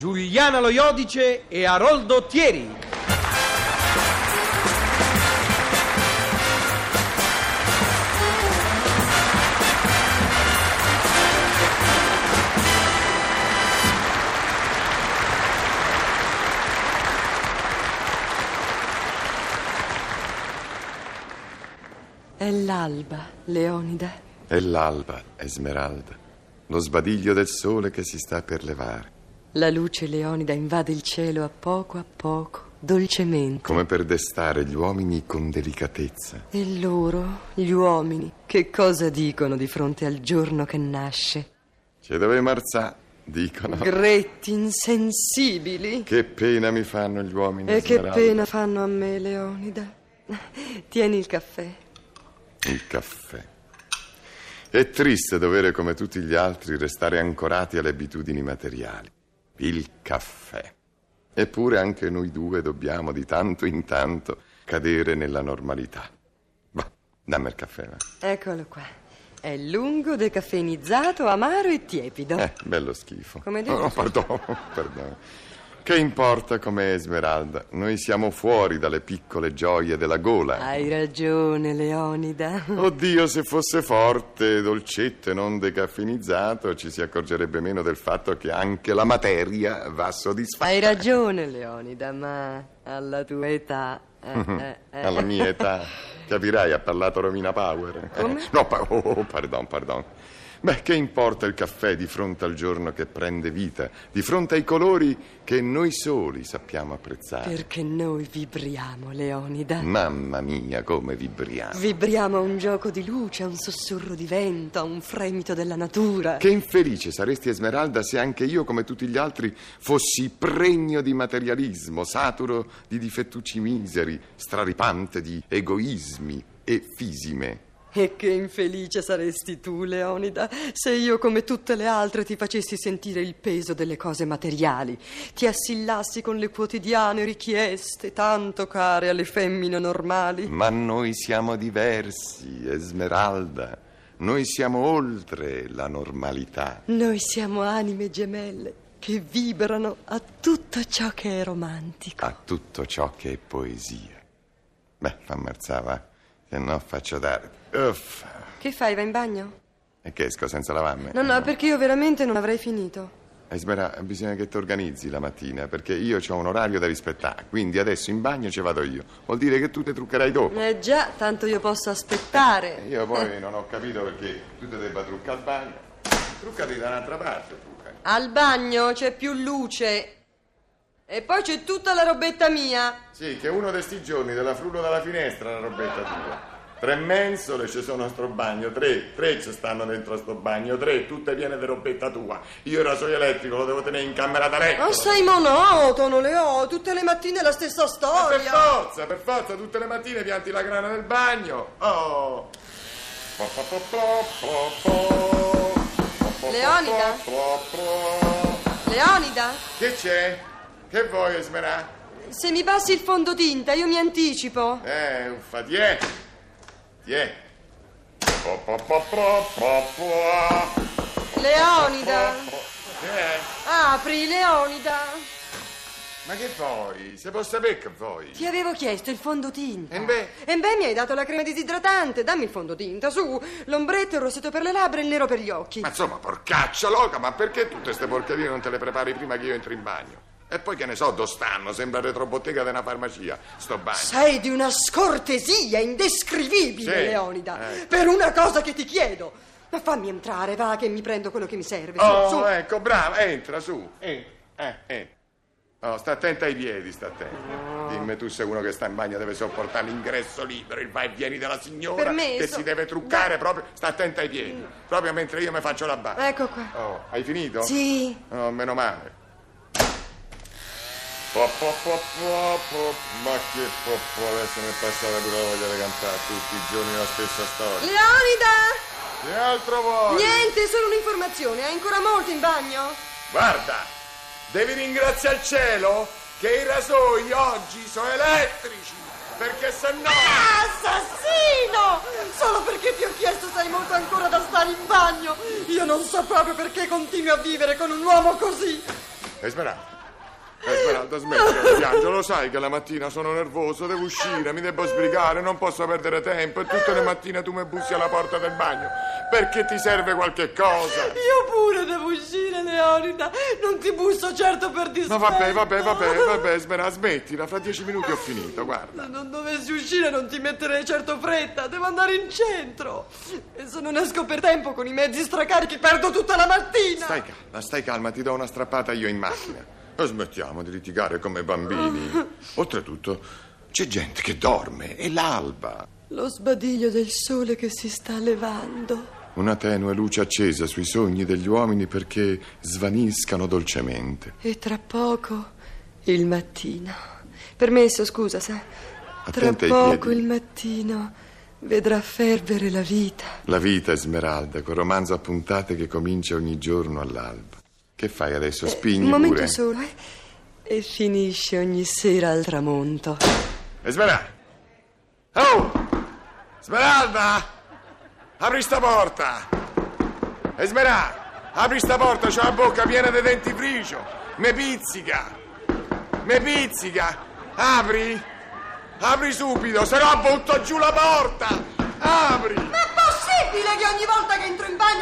Giuliana Lo Iodice e Aroldo Thieri. È l'alba, Leonida. È l'alba, Esmeralda. Lo sbadiglio del sole che si sta per levare. La luce, Leonida, invade il cielo a poco, dolcemente. Come per destare gli uomini con delicatezza. E loro, gli uomini, che cosa dicono di fronte al giorno che nasce? Ci dove marzà, dicono. Gretti, insensibili. Che pena mi fanno gli uomini, E Esmeralda. che pena fanno a me, Leonida. Tieni il caffè. Il caffè. È triste dovere, come tutti gli altri, restare ancorati alle abitudini materiali. Il caffè. Eppure anche noi due dobbiamo di tanto in tanto cadere nella normalità. Va, dammi il caffè, va. Eccolo qua. È lungo, decaffeinizzato, amaro e tiepido. Bello schifo. Come dici? Oh, perdono. Che importa com'è, Esmeralda? Noi siamo fuori dalle piccole gioie della gola. Hai ragione, Leonida. Oddio, se fosse forte, dolcetto e non decaffeinizzato, ci si accorgerebbe meno del fatto che anche la materia va soddisfatta. Hai ragione, Leonida, ma alla tua età... Alla mia età, capirai, ha parlato Romina Power. Come? No, pardon. Beh, che importa il caffè di fronte al giorno che prende vita, di fronte ai colori che noi soli sappiamo apprezzare. Perché noi vibriamo, Leonida. Mamma mia, come vibriamo. Vibriamo a un gioco di luce, a un sussurro di vento, a un fremito della natura. Che infelice saresti, Esmeralda, se anche io, come tutti gli altri, fossi pregno di materialismo, saturo di difettucci miseri, straripante di egoismi e fisime. E che infelice saresti tu, Leonida, se io, come tutte le altre, ti facessi sentire il peso delle cose materiali, ti assillassi con le quotidiane richieste, tanto care alle femmine normali. Ma noi siamo diversi, Esmeralda. Noi siamo oltre la normalità. Noi siamo anime gemelle che vibrano a tutto ciò che è romantico. A tutto ciò che è poesia. Beh, fa marzava, se no faccio tardi. Uff. Che fai, vai in bagno? E che esco senza lavarmi? No, perché io veramente non avrei finito. Esmera, bisogna che ti organizzi la mattina, perché io ho un orario da rispettare, quindi adesso in bagno ci vado io. Vuol dire che tu ti truccherai dopo. Già, tanto io posso aspettare. Io poi non ho capito perché tu ti debba truccare al bagno. Truccati da un'altra parte, truccati. Al bagno c'è più luce. E poi c'è tutta la robetta mia. Sì, che uno di sti giorni te la frullo dalla finestra la robetta tua. 3 mensole ci sono a sto bagno, 3 ci stanno dentro a sto bagno, 3 tutte piene di robetta tua. Io il rasoio elettrico lo devo tenere in camera da letto. Ma sei monotono, Leo, tutte le mattine la stessa storia. Per forza, tutte le mattine pianti la grana nel bagno. Oh. Leonida? Leonida? Che c'è? Che vuoi, Esmerà? Se mi passi il fondotinta, io mi anticipo. Uffa, tiè. Leonida? Che è? Apri, Leonida. Ma che vuoi? Se posso sapere che vuoi? Ti avevo chiesto il fondotinta. E beh, mi hai dato la crema disidratante. Dammi il fondotinta, su. L'ombretto, il rossetto per le labbra e il nero per gli occhi. ma insomma, porcaccia loca, ma perché tutte queste porcherie non te le prepari prima che io entri in bagno? E poi che ne so, dove stanno? Sembra retrobottega di una farmacia, sto bagno. Sei di una scortesia indescrivibile, Sì. Leonida. Per una cosa che ti chiedo. Ma fammi entrare, va, che mi prendo quello che mi serve. Su. Ecco, brava, entra, su. Oh, sta attenta ai piedi, sta attenta. Dimmi tu se uno che sta in bagno deve sopportare l'ingresso libero, il vai e vieni della signora, Permesso. che si deve truccare proprio. Sta attenta ai piedi, proprio mentre io mi faccio la barba. Ecco qua. Oh, hai finito? Sì. Oh, meno male. Ma che popò, adesso mi è passata pure la voglia di cantare tutti i giorni la stessa storia. Leonida! Che altro vuoi? Niente, solo un'informazione. Hai ancora molto in bagno? Guarda, devi ringraziare il cielo che i rasoi oggi sono elettrici, perché se no... Assassino! Solo perché ti ho chiesto se hai molto ancora da stare in bagno. Io non so proprio perché continui a vivere con un uomo così. Esmeralda, smettila di piangere, lo sai che la mattina sono nervoso, devo uscire, mi devo sbrigare, non posso perdere tempo e tutte le mattine tu mi bussi alla porta del bagno perché ti serve qualche cosa. Io pure devo uscire, Leonida, non ti busso certo per dispetto. Ma vabbè, Esmeralda, smettila, fra 10 minuti ho finito, guarda. Se non dovessi uscire non ti metterei certo fretta, devo andare in centro e se non esco per tempo con i mezzi stracarichi perdo tutta la mattina. Stai calma, ti do una strappata io in macchina. E smettiamo di litigare come bambini. Oltretutto c'è gente che dorme, è l'alba. Lo sbadiglio del sole che si sta levando. Una tenue luce accesa sui sogni degli uomini perché svaniscano dolcemente. E tra poco il mattino. Permesso, scusa, sai? Attenta tra ai poco piedi. Il mattino vedrà fervere la vita. La vita, Esmeralda, quel romanzo a puntate che comincia ogni giorno all'alba. Che fai adesso? Spigni un momento pure? solo, e finisce ogni sera al tramonto. Esmeralda! Oh! Esmeralda! Apri sta porta! Esmeralda! Apri sta porta, c'ho la bocca piena di dentifricio! Me pizzica! Apri! Apri subito, se no butto giù la porta! Apri! Ma è possibile che ogni volta che entro in bagno